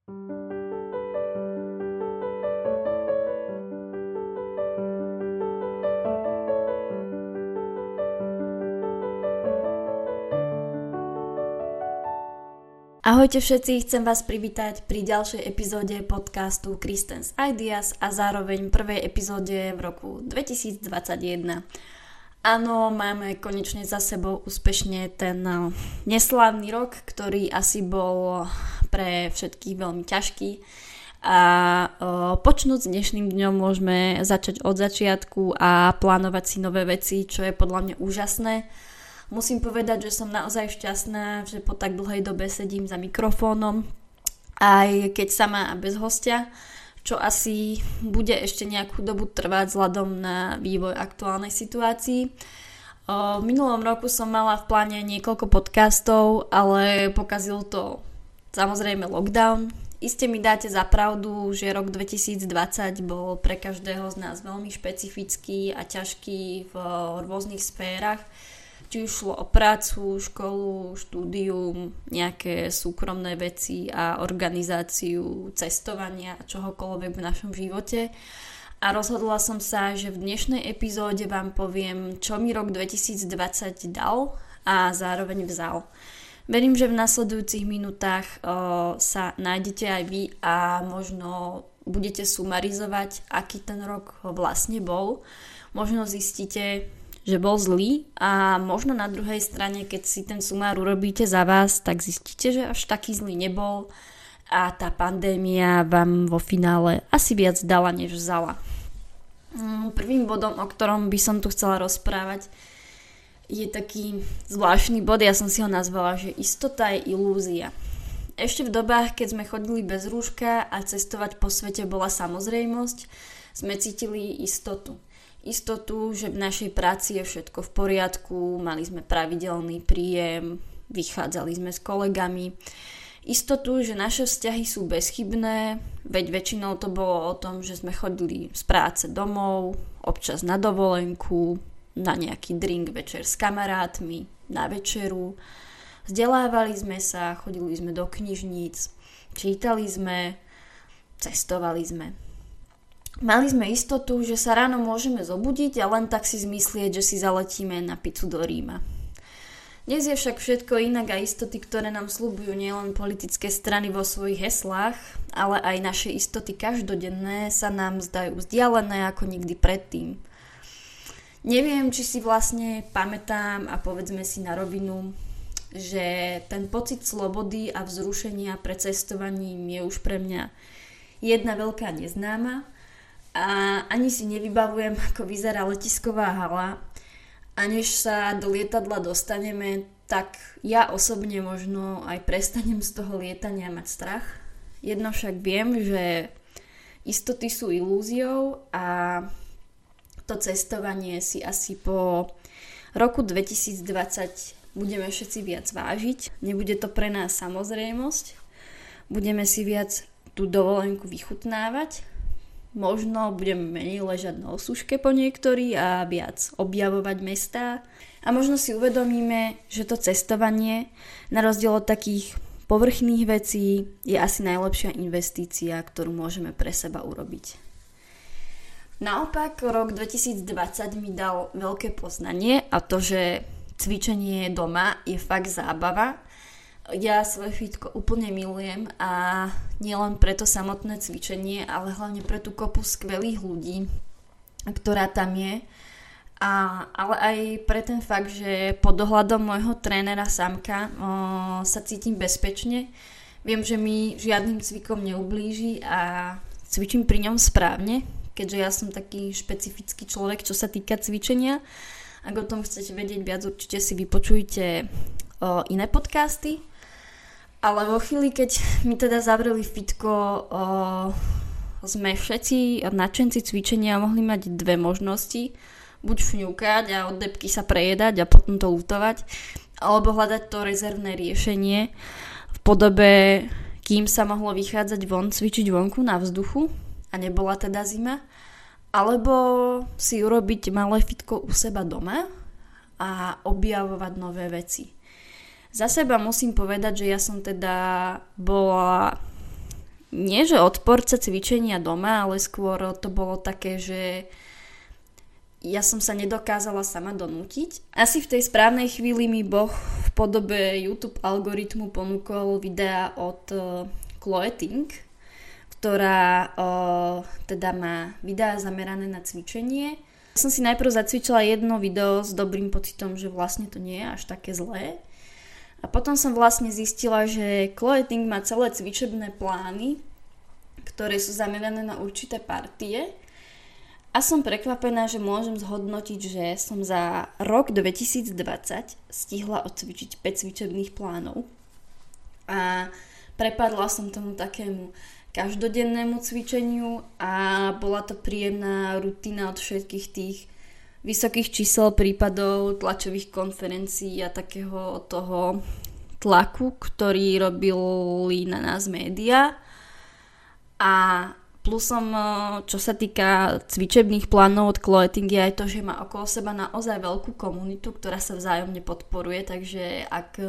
Ahojte všetci, chcem vás privítať pri ďalšej epizóde podcastu Kristen's Ideas a zároveň prvej epizóde v roku 2021. Áno, máme konečne za sebou úspešne ten neslávny rok, ktorý asi bol pre všetkých veľmi ťažký. A počnúť s dnešným dňom môžeme začať od začiatku a plánovať si nové veci, čo je podľa mňa úžasné. Musím povedať, že som naozaj šťastná, že po tak dlhej dobe sedím za mikrofónom, aj keď sama a bez hostia, čo asi bude ešte nejakú dobu trvať vzhľadom na vývoj aktuálnej situácii. V minulom roku som mala v pláne niekoľko podcastov, ale pokazil to samozrejme lockdown. Iste mi dáte za pravdu, že rok 2020 bol pre každého z nás veľmi špecifický a ťažký v rôznych sférach. Či už šlo o prácu, školu, štúdium, nejaké súkromné veci a organizáciu cestovania a čohokoľvek v našom živote. A rozhodla som sa, že v dnešnej epizóde vám poviem, čo mi rok 2020 dal a zároveň vzal. Verím, že v nasledujúcich minútach sa nájdete aj vy a možno budete sumarizovať, aký ten rok vlastne bol. Možno zistíte, že bol zlý a možno na druhej strane, keď si ten sumár urobíte za vás, tak zistíte, že až taký zlý nebol a tá pandémia vám vo finále asi viac dala, než vzala. Prvým bodom, o ktorom by som tu chcela rozprávať, je taký zvláštny bod, ja som si ho nazvala, že istota je ilúzia. Ešte v dobách, keď sme chodili bez rúška a cestovať po svete bola samozrejmosť, sme cítili istotu. Istotu, že v našej práci je všetko v poriadku, mali sme pravidelný príjem, vychádzali sme s kolegami. Istotu, že naše vzťahy sú bezchybné, veď väčšinou to bolo o tom, že sme chodili z práce domov, občas na dovolenku, na nejaký drink večer s kamarátmi, na večeru. Vzdelávali sme sa, chodili sme do knižníc, čítali sme, cestovali sme. Mali sme istotu, že sa ráno môžeme zobudiť a len tak si zmyslieť, že si zaletíme na pizzu do Ríma. Dnes je však všetko inak a istoty, ktoré nám sľubujú nielen politické strany vo svojich heslách, ale aj naše istoty každodenné sa nám zdajú vzdialené ako nikdy predtým. Neviem, či si vlastne pamätám a povedzme si na rovinu, že ten pocit slobody a vzrušenia pred cestovaním je už pre mňa jedna veľká neznáma. A ani si nevybavujem, ako vyzerá letisková hala. A než sa do lietadla dostaneme, tak ja osobne možno aj prestanem z toho lietania mať strach. Jedno však viem, že istoty sú ilúziou a to cestovanie si asi po roku 2020 budeme všetci viac vážiť. Nebude to pre nás samozrejmosť. Budeme si viac tú dovolenku vychutnávať. Možno budeme menej ležať na osúške po niektorí a viac objavovať mestá. A možno si uvedomíme, že to cestovanie, na rozdiel od takých povrchných vecí, je asi najlepšia investícia, ktorú môžeme pre seba urobiť. Naopak, rok 2020 mi dal veľké poznanie a to, že cvičenie doma je fakt zábava. Ja svoje fitko úplne milujem a nielen pre to samotné cvičenie, ale hlavne pre tú kopu skvelých ľudí, ktorá tam je. Ale aj pre ten fakt, že pod dohľadom môjho trénera Samka sa cítim bezpečne. Viem, že mi žiadnym cvikom neublíži a cvičím pri ňom správne, keďže ja som taký špecifický človek, čo sa týka cvičenia. Ak o tom chcete vedieť viac, určite si vypočujte iné podcasty. Ale vo chvíli, keď mi teda zavreli fitko, sme všetci nadšenci cvičenia mohli mať dve možnosti. Buď fňukať a od debky sa prejedať a potom to lutovať, alebo hľadať to rezervné riešenie v podobe, kým sa mohlo vychádzať von, cvičiť vonku na vzduchu a nebola teda zima, alebo si urobiť malé fitko u seba doma a objavovať nové veci. Za seba musím povedať, že ja som teda bola nie že odporca cvičenia doma, ale skôr to bolo také, že ja som sa nedokázala sama donútiť. Asi v tej správnej chvíli mi Boh v podobe YouTube algoritmu ponúkol videa od Chloe Ting, ktorá teda má videá zamerané na cvičenie. Ja som si najprv zacvičila jedno video s dobrým pocitom, že vlastne to nie je až také zlé. A potom som vlastne zistila, že Chloe Ting má celé cvičebné plány, ktoré sú zamerané na určité partie. A som prekvapená, že môžem zhodnotiť, že som za rok 2020 stihla odcvičiť 5 cvičebných plánov. A prepadla som tomu takému každodennému cvičeniu a bola to príjemná rutina od všetkých tých vysokých čísel prípadov, tlačových konferencií a takého toho tlaku, ktorý robili na nás médiá. A plusom, čo sa týka cvičebných plánov od Chloe Ting, je aj to, že má okolo seba naozaj veľkú komunitu, ktorá sa vzájomne podporuje, takže ak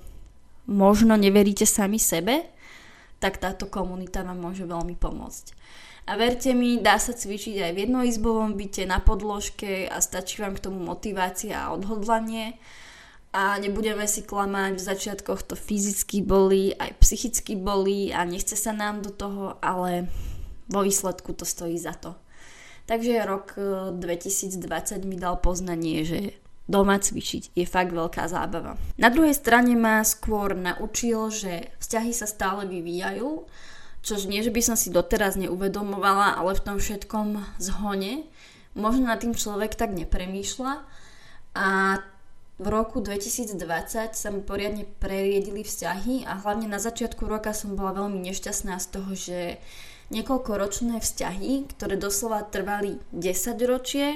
možno neveríte sami sebe, tak táto komunita vám môže veľmi pomôcť. A verte mi, dá sa cvičiť aj v jednoizbovom byte na podložke a stačí vám k tomu motivácia a odhodlanie. A nebudeme si klamať, v začiatkoch to fyzicky bolí, aj psychicky bolí a nechce sa nám do toho, ale vo výsledku to stojí za to. Takže rok 2020 mi dal poznanie, že doma cvičiť je fakt veľká zábava. Na druhej strane ma skôr naučil, že vzťahy sa stále vyvíjajú, čož nie, že by som si doteraz neuvedomovala, ale v tom všetkom zhone možno nad tým človek tak nepremýšľa. A v roku 2020 sa mi poriadne preriedili vzťahy a hlavne na začiatku roka som bola veľmi nešťastná z toho, že niekoľkoročné vzťahy, ktoré doslova trvali 10 ročie,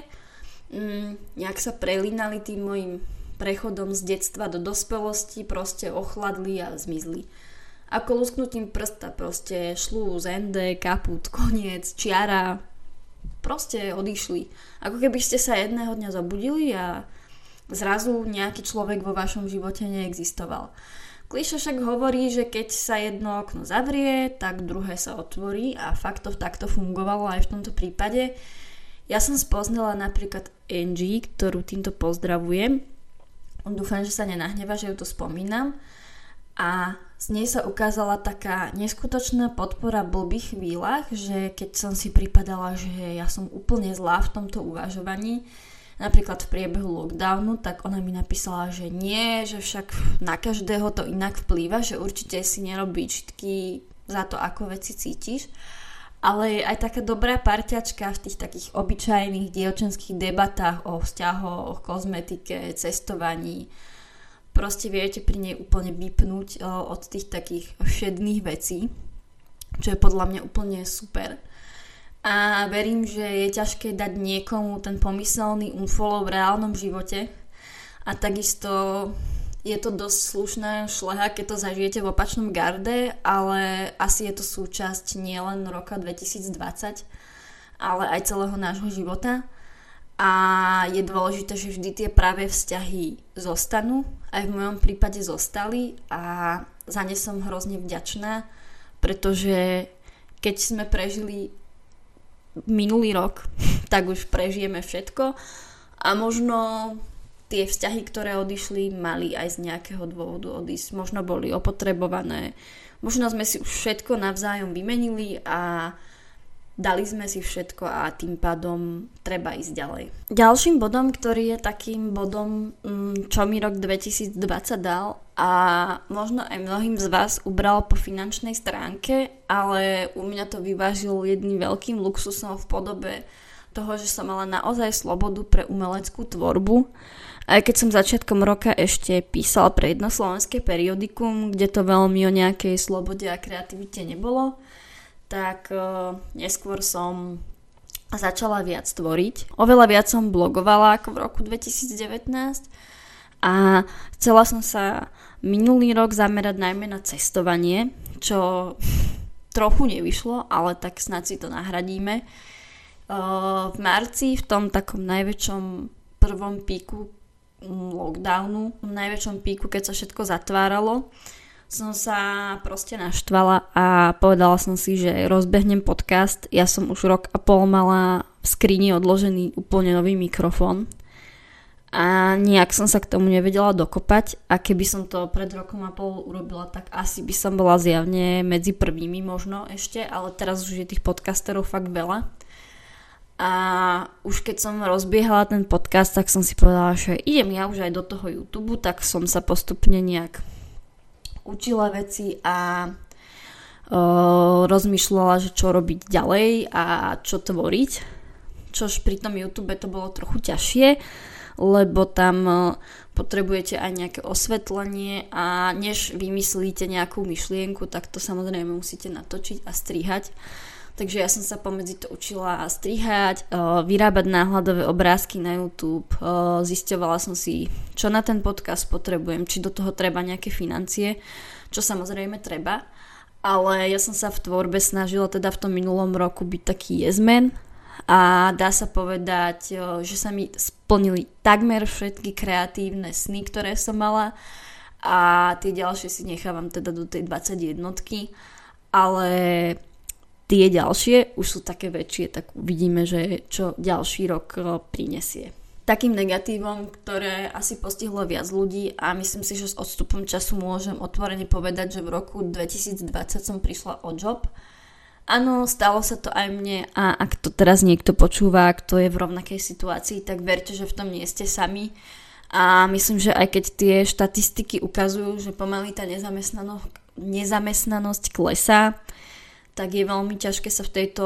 nejak sa prelínali tým mojim prechodom z detstva do dospelosti, proste ochladli a zmizli. Ako lusknutím prsta, proste šluz, ende, kaput, koniec, čiara, proste odišli. Ako keby ste sa jedného dňa zobudili a zrazu nejaký človek vo vašom živote neexistoval. Klišé však hovorí, že keď sa jedno okno zavrie, tak druhé sa otvorí a fakt to takto fungovalo aj v tomto prípade. Ja som spoznala napríklad Angie, ktorú týmto pozdravujem. Dúfam, že sa nenahneva, že ju to spomínam. A z nej sa ukázala taká neskutočná podpora v blbých chvíľach, že keď som si pripadala, že ja som úplne zlá v tomto uvažovaní, napríklad v priebehu lockdownu, tak ona mi napísala, že nie, že však na každého to inak vplýva, že určite si nerobí výčitky za to, ako veci cítiš. Ale aj taká dobrá parťačka v tých takých obyčajných dievčenských debatách o vzťahoch, kozmetike, cestovaní. Proste viete pri nej úplne vypnúť od tých takých všedných vecí, čo je podľa mňa úplne super. A verím, že je ťažké dať niekomu ten pomyselný unfollow v reálnom živote. A takisto je to dosť slušná šleha, keď to zažijete v opačnom garde, ale asi je to súčasť nielen roka 2020, ale aj celého nášho života. A je dôležité, že vždy tie práve vzťahy zostanú. Aj v mojom prípade zostali a za ne som hrozne vďačná, pretože keď sme prežili minulý rok, tak už prežijeme všetko a možno tie vzťahy, ktoré odišli, mali aj z nejakého dôvodu odísť. Možno boli opotrebované, možno sme si už všetko navzájom vymenili a dali sme si všetko a tým pádom treba ísť ďalej. Ďalším bodom, ktorý je takým bodom, čo mi rok 2020 dal a možno aj mnohým z vás ubral po finančnej stránke, ale u mňa to vyvážil jedným veľkým luxusom v podobe toho, že som mala naozaj slobodu pre umeleckú tvorbu. Aj keď som začiatkom roka ešte písala pre jedno slovenské periodikum, kde to veľmi o nejakej slobode a kreativite nebolo, tak neskôr som začala viac tvoriť. Oveľa viac som blogovala ako v roku 2019 a chcela som sa minulý rok zamerať najmä na cestovanie, čo trochu nevyšlo, ale tak snad si to nahradíme. V marci, v tom takom najväčšom prvom píku lockdownu, v najväčšom píku, keď sa všetko zatváralo, som sa proste naštvala a povedala som si, že rozbehnem podcast. Ja som už 1,5 roka mala v skrini odložený úplne nový mikrofón a nejak som sa k tomu nevedela dokopať a keby som to pred 1,5 rokom urobila, tak asi by som bola zjavne medzi prvými možno ešte, ale teraz už je tých podcasterov fakt veľa. A už keď som rozbiehala ten podcast, tak som si povedala, že idem ja už aj do toho YouTube, tak som sa postupne nejak učila veci a rozmýšľala, že čo robiť ďalej a čo tvoriť. Čož pri tom YouTube to bolo trochu ťažšie, lebo tam potrebujete aj nejaké osvetlenie a než vymyslíte nejakú myšlienku, tak to samozrejme musíte natočiť a strihať. Takže ja som sa pomedzi to učila strihať, vyrábať náhľadové obrázky na YouTube, zisťovala som si, čo na ten podcast potrebujem, či do toho treba nejaké financie, čo samozrejme treba, ale ja som sa v tvorbe snažila teda v tom minulom roku byť taký yes-man a dá sa povedať, že sa mi splnili takmer všetky kreatívne sny, ktoré som mala a tie ďalšie si nechávam teda do tej 21-ky, ale tie ďalšie už sú také väčšie, tak uvidíme, že čo ďalší rok prinesie. Takým negatívom, ktoré asi postihlo viac ľudí a myslím si, že s odstupom času môžem otvorene povedať, že v roku 2020 som prišla o job. Áno, stalo sa to aj mne a ak to teraz niekto počúva, kto je v rovnakej situácii, tak verte, že v tom nie ste sami. A myslím, že aj keď tie štatistiky ukazujú, že pomaly tá nezamestnanosť klesá, tak je veľmi ťažké sa v tejto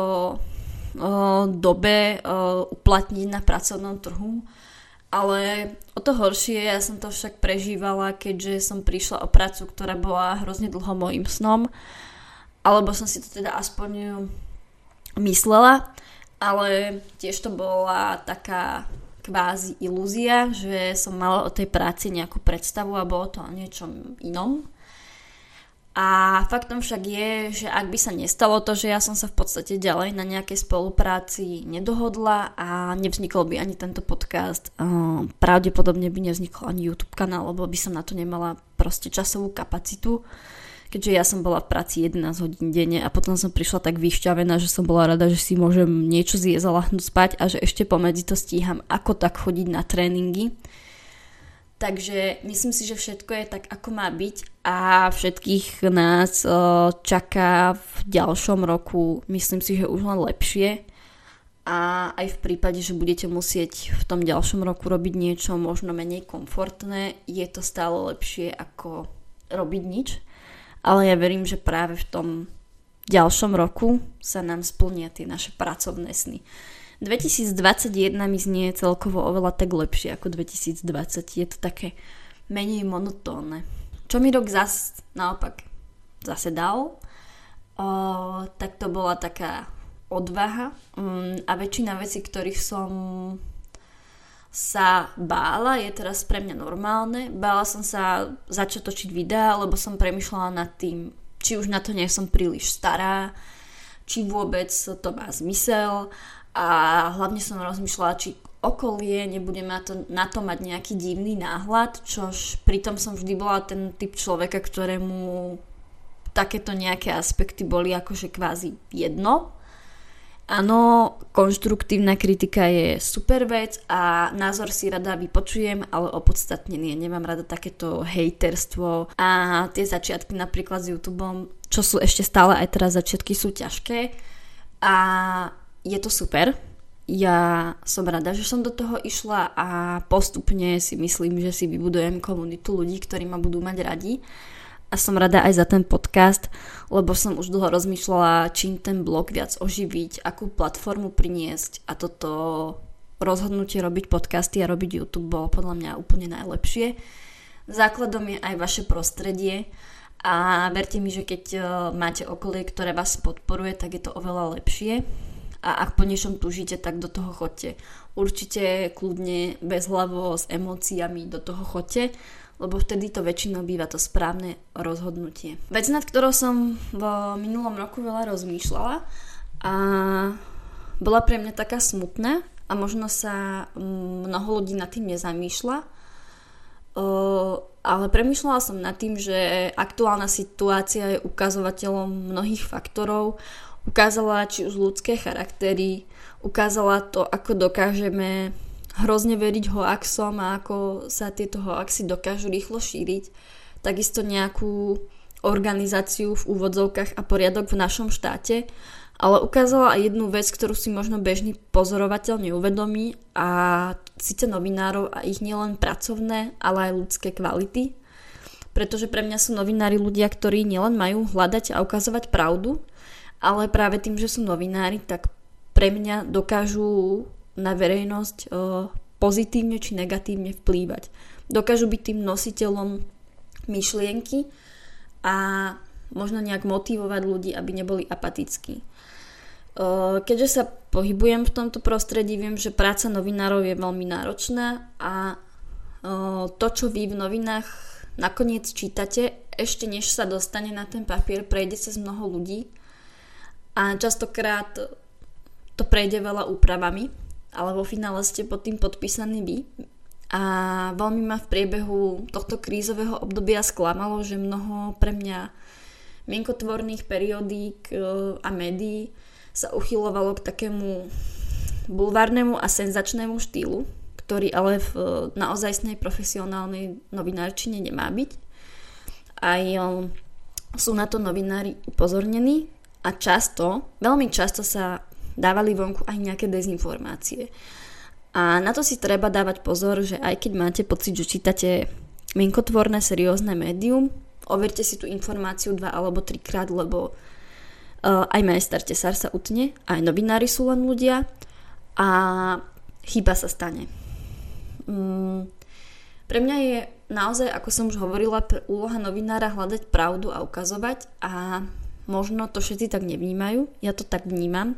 dobe uplatniť na pracovnom trhu. Ale o to horšie, ja som to však prežívala, keďže som prišla o prácu, ktorá bola hrozne dlho mojím snom. Alebo som si to teda aspoň myslela, ale tiež to bola taká kvázi ilúzia, že som mala o tej práci nejakú predstavu a bolo to o niečom inom. A faktom však je, že ak by sa nestalo to, že ja som sa v podstate ďalej na nejakej spolupráci nedohodla a nevznikol by ani tento podcast, pravdepodobne by nevznikol ani YouTube kanál, lebo by som na to nemala proste časovú kapacitu, keďže ja som bola v práci 11 hodín denne a potom som prišla tak vyšťavená, že som bola rada, že si môžem niečo zjesť a lahnúť spať a že ešte pomedzi to stíham ako tak chodiť na tréningy. Takže myslím si, že všetko je tak, ako má byť a všetkých nás čaká v ďalšom roku, myslím si, že už len lepšie a aj v prípade, že budete musieť v tom ďalšom roku robiť niečo možno menej komfortné, je to stále lepšie ako robiť nič, ale ja verím, že práve v tom ďalšom roku sa nám splnia tie naše pracovné sny. 2021 mi znie celkovo oveľa tak lepšie ako 2020. Je to také menej monotónne. Čo mi rok naopak zase dal, tak to bola taká odvaha a väčšina vecí, ktorých som sa bála, je teraz pre mňa normálne. Bála som sa začať točiť videá, lebo som premýšľala nad tým, či už na to nie som príliš stará, či vôbec to má zmysel. A hlavne som rozmýšľala, či okolie nebude na to mať nejaký divný náhľad, čož pritom som vždy bola ten typ človeka, ktorému takéto nejaké aspekty boli akože kvázi jedno. Áno, konštruktívna kritika je super vec a názor si rada vypočujem, ale opodstatnený. Nemám rada takéto hejterstvo a tie začiatky napríklad s YouTubeom, čo sú ešte stále aj teraz začiatky, sú ťažké a je to super. Ja som rada, že som do toho išla a postupne si myslím, že si vybudujem komunitu ľudí, ktorí ma budú mať radi. A som rada aj za ten podcast, lebo som už dlho rozmýšľala, čím ten blog viac oživiť, akú platformu priniesť a toto rozhodnutie robiť podcasty a robiť YouTube bolo podľa mňa úplne najlepšie. Základom je aj vaše prostredie a verte mi, že keď máte okolie, ktoré vás podporuje, tak je to oveľa lepšie. A ak po niečom túžite, tak do toho chodte. Určite kľudne, bezhlavo, s emóciami do toho chodte, lebo vtedy to väčšinou býva to správne rozhodnutie. Vec, nad ktorou som v minulom roku veľa rozmýšľala a bola pre mňa taká smutná a možno sa mnoho ľudí nad tým nezamýšľa, Ale premýšľala som nad tým, že aktuálna situácia je ukazovateľom mnohých faktorov. Ukázala či už ľudské charaktery, ukázala to, ako dokážeme hrozne veriť hoaxom a ako sa tieto hoaxy dokážu rýchlo šíriť. Takisto nejakú organizáciu v úvodzovkách a poriadok v našom štáte, ale ukázala aj jednu vec, ktorú si možno bežný pozorovateľ neuvedomí, a síce novinárov a ich nielen pracovné, ale aj ľudské kvality. Pretože pre mňa sú novinári ľudia, ktorí nielen majú hľadať a ukazovať pravdu, ale práve tým, že sú novinári, tak pre mňa dokážu na verejnosť pozitívne či negatívne vplývať. Dokážu byť tým nositeľom myšlienky a možno nejak motivovať ľudí, aby neboli apatickí. Keďže sa pohybujem v tomto prostredí, viem, že práca novinárov je veľmi náročná a to, čo vy v novinách nakoniec čítate, ešte než sa dostane na ten papier, prejde cez mnoho ľudí a častokrát to prejde veľa úpravami, ale vo finále ste pod tým podpísaní vy. A veľmi ma v priebehu tohto krízového obdobia sklamalo, že mnoho pre mňa mienkotvorných periodík a médií sa uchylovalo k takému bulvárnemu a senzačnému štýlu, ktorý ale v naozajstnej profesionálnej novinárčine nemá byť. Aj sú na to novinári upozornení a veľmi často sa dávali vonku aj nejaké dezinformácie. A na to si treba dávať pozor, že aj keď máte pocit, že čítate mienkotvorné, seriózne médium, overte si tú informáciu 2 alebo 3 krát, lebo aj majster tesár sa utne, aj novinári sú len ľudia a chyba sa stane. Pre mňa je naozaj, ako som už hovorila, úloha novinára hľadať pravdu a ukazovať, a možno to všetci tak nevnímajú, ja to tak vnímam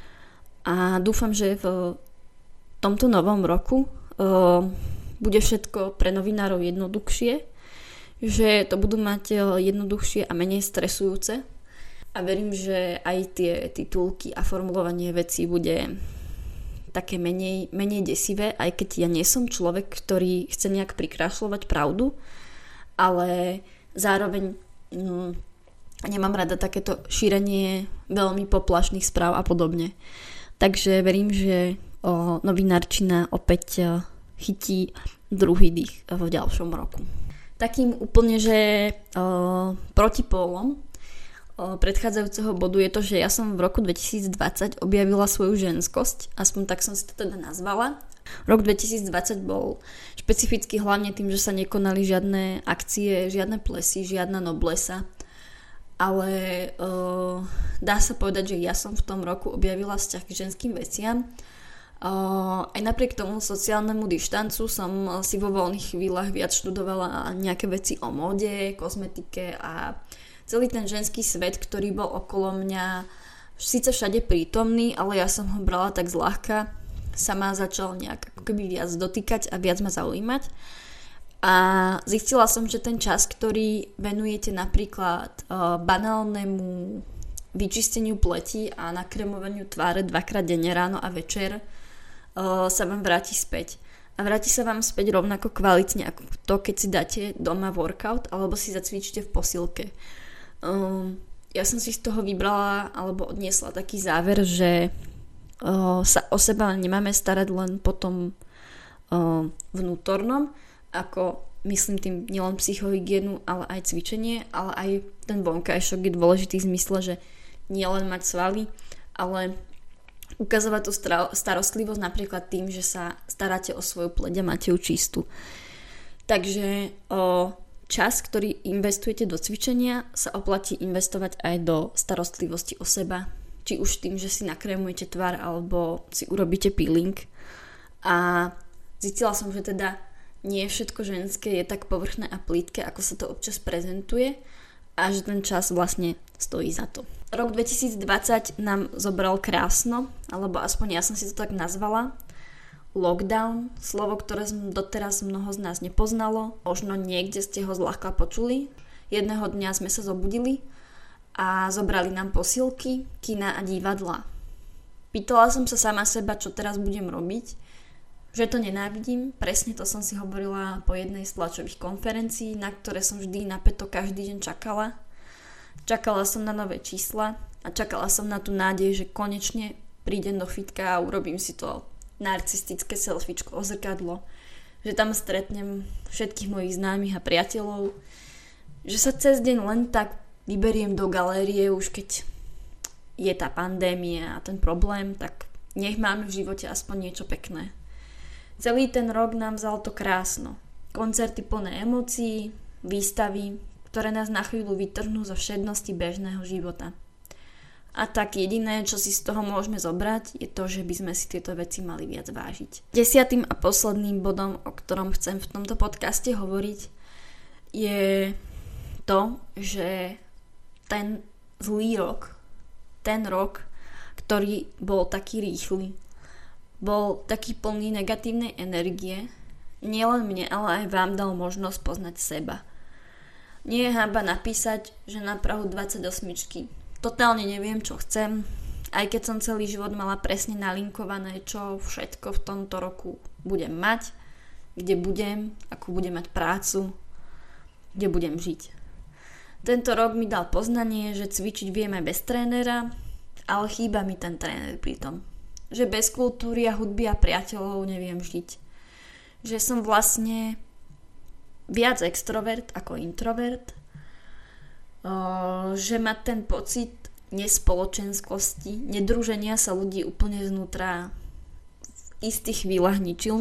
a dúfam, že v tomto novom roku bude všetko pre novinárov jednoduchšie, že to budú mať jednoduchšie a menej stresujúce, a verím, že aj tie titulky a formulovanie vecí bude také menej desivé, aj keď ja nie som človek, ktorý chce nejak prikrášľovať pravdu, ale zároveň nemám rada takéto šírenie veľmi poplašných správ a podobne. Takže verím, že novinárčina opäť chytí druhý dých v ďalšom roku. Takým úplne, že protipólom predchádzajúceho bodu je to, že ja som v roku 2020 objavila svoju ženskosť, aspoň tak som si to teda nazvala. Rok 2020 bol špecificky hlavne tým, že sa nekonali žiadne akcie, žiadne plesy, žiadna noblesa, ale dá sa povedať, že ja som v tom roku objavila vzťah k ženským veciam. Aj napriek tomu sociálnemu dištancu som si vo voľných chvíľach viac študovala nejaké veci o móde, kozmetike a celý ten ženský svet, ktorý bol okolo mňa síce všade prítomný, ale ja som ho brala tak zľahka, sa ma začal nejak ako keby viac dotýkať a viac ma zaujímať. A zistila som, že ten čas, ktorý venujete napríklad banálnemu vyčisteniu pleti a nakremovaniu tváre 2-krát denne, ráno a večer, sa vám vráti späť. A vráti sa vám späť rovnako kvalitne ako to, keď si dáte doma workout alebo si zacvičíte v posilke. Ja som si z toho vybrala alebo odniesla taký záver, že sa o seba nemáme starať len po tom vnútornom, ako myslím tým nielen psychohygienu, ale aj cvičenie, ale aj ten vonkajšok je dôležitý v zmysle, že nie len mať svaly, ale ukazovať tú starostlivosť napríklad tým, že sa staráte o svoju pleť a máte ju čistú. Takže čas, ktorý investujete do cvičenia, sa oplatí investovať aj do starostlivosti o seba. Či už tým, že si nakrémujete tvár alebo si urobíte peeling. A zistila som, že teda nie všetko ženské je tak povrchné a plítke, ako sa to občas prezentuje, a že ten čas vlastne stojí za to. Rok 2020 nám zobral krásno, alebo aspoň ja som si to tak nazvala, lockdown, slovo, ktoré doteraz mnoho z nás nepoznalo. Možno niekde ste ho zľahka počuli. Jedného dňa sme sa zobudili a zobrali nám posilky, kina a divadlá. Pýtala som sa sama seba, čo teraz budem robiť, že to nenávidím. Presne to som si hovorila po jednej z tlačových konferencií, na ktoré som vždy napäto každý deň čakala. Čakala som na nové čísla a čakala som na tú nádej, že konečne prídem do fitka a urobím si to narcistické selfiečko o zrkadlo, že tam stretnem všetkých mojich známych a priateľov, že sa cez deň len tak vyberiem do galérie, už keď je tá pandémia a ten problém, tak nech máme v živote aspoň niečo pekné. Celý ten rok nám vzal to krásno. Koncerty plné emócií, výstavy, ktoré nás na chvíľu vytrhnú zo všednosti bežného života. A tak jediné, čo si z toho môžeme zobrať, je to, že by sme si tieto veci mali viac vážiť. 10. a posledným bodom, o ktorom chcem v tomto podcaste hovoriť, je to, že ten zlý rok, ten rok, ktorý bol taký rýchly, bol taký plný negatívnej energie, nielen mne, ale aj vám dal možnosť poznať seba. Nie je hanba napísať, že na prahu 28-čky totálne neviem, čo chcem, aj keď som celý život mala presne nalinkované, čo všetko v tomto roku budem mať, kde budem, akú budem mať prácu, kde budem žiť. Tento rok mi dal poznanie, že cvičiť viem aj bez trénera, ale chýba mi ten tréner pritom. Že bez kultúry a hudby a priateľov neviem žiť. Že som vlastne viac extrovert ako introvert. Že ma ten pocit nespoločenskosti, nedruženia sa ľudí úplne znútra v istých chvíľach ničil.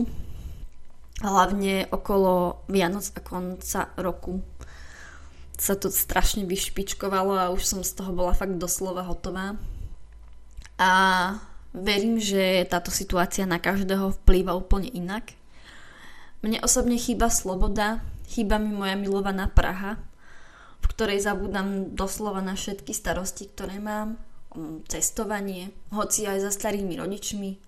Hlavne okolo Vianoc a konca roku sa to strašne vyšpičkovalo a už som z toho bola fakt doslova hotová. A verím, že táto situácia na každého vplýva úplne inak. Mne osobne chýba sloboda, chýba mi moja milovaná Praha, v ktorej zabúdam doslova na všetky starosti, ktoré mám, cestovanie, hoci aj za starými rodičmi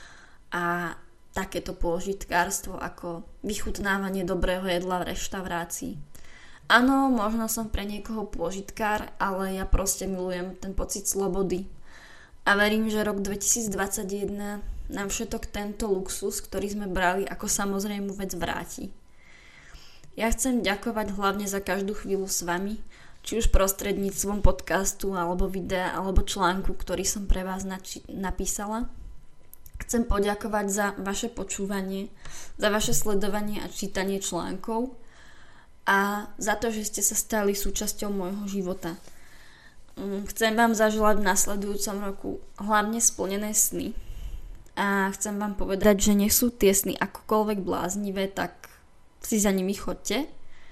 a takéto pôžitkárstvo ako vychutnávanie dobrého jedla v reštaurácii. Áno, možno som pre niekoho pôžitkár, ale ja proste milujem ten pocit slobody. A verím, že rok 2021 nám všetok tento luxus, ktorý sme brali ako samozrejmú vec, vráti. Ja chcem ďakovať hlavne za každú chvíľu s vami, či už prostredníctvom podcastu, alebo videa, alebo článku, ktorý som pre vás napísala. Chcem poďakovať za vaše počúvanie, za vaše sledovanie a čítanie článkov a za to, že ste sa stali súčasťou môjho života. Chcem vám zaželať v nasledujúcom roku hlavne splnené sny a chcem vám povedať, že nech sú tie sny akokoľvek bláznivé, tak si za nimi chodte.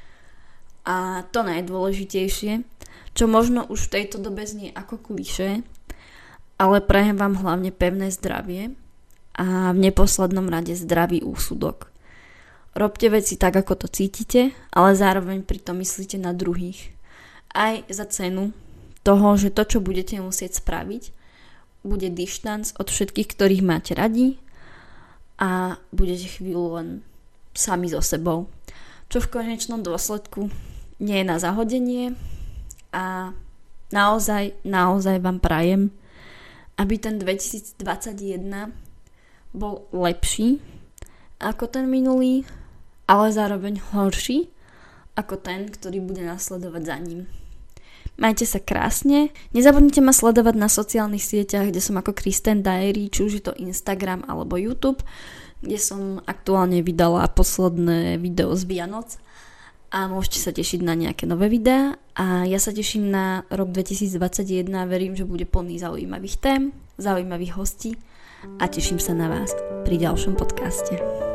A to najdôležitejšie, čo možno už v tejto dobe znie ako klišé, ale prajem vám hlavne pevné zdravie a v neposlednom rade zdravý úsudok. Robte veci tak, ako to cítite, ale zároveň pritom myslíte na druhých. Aj za cenu toho, že to, čo budete musieť spraviť, bude dištanc od všetkých, ktorých máte radi a budete chvíľu len sami so sebou. Čo v konečnom dôsledku nie je na zahodenie a naozaj vám prajem, aby ten 2021 bol lepší ako ten minulý, ale zároveň horší ako ten, ktorý bude nasledovať za ním. Majte sa krásne, nezabudnite ma sledovať na sociálnych sieťach, kde som ako Kristen Diary, či už je to Instagram alebo YouTube, kde som aktuálne vydala posledné video z Vianoc a môžete sa tešiť na nejaké nové videá a ja sa teším na rok 2021 a verím, že bude plný zaujímavých tém, zaujímavých hostí a teším sa na vás pri ďalšom podcaste.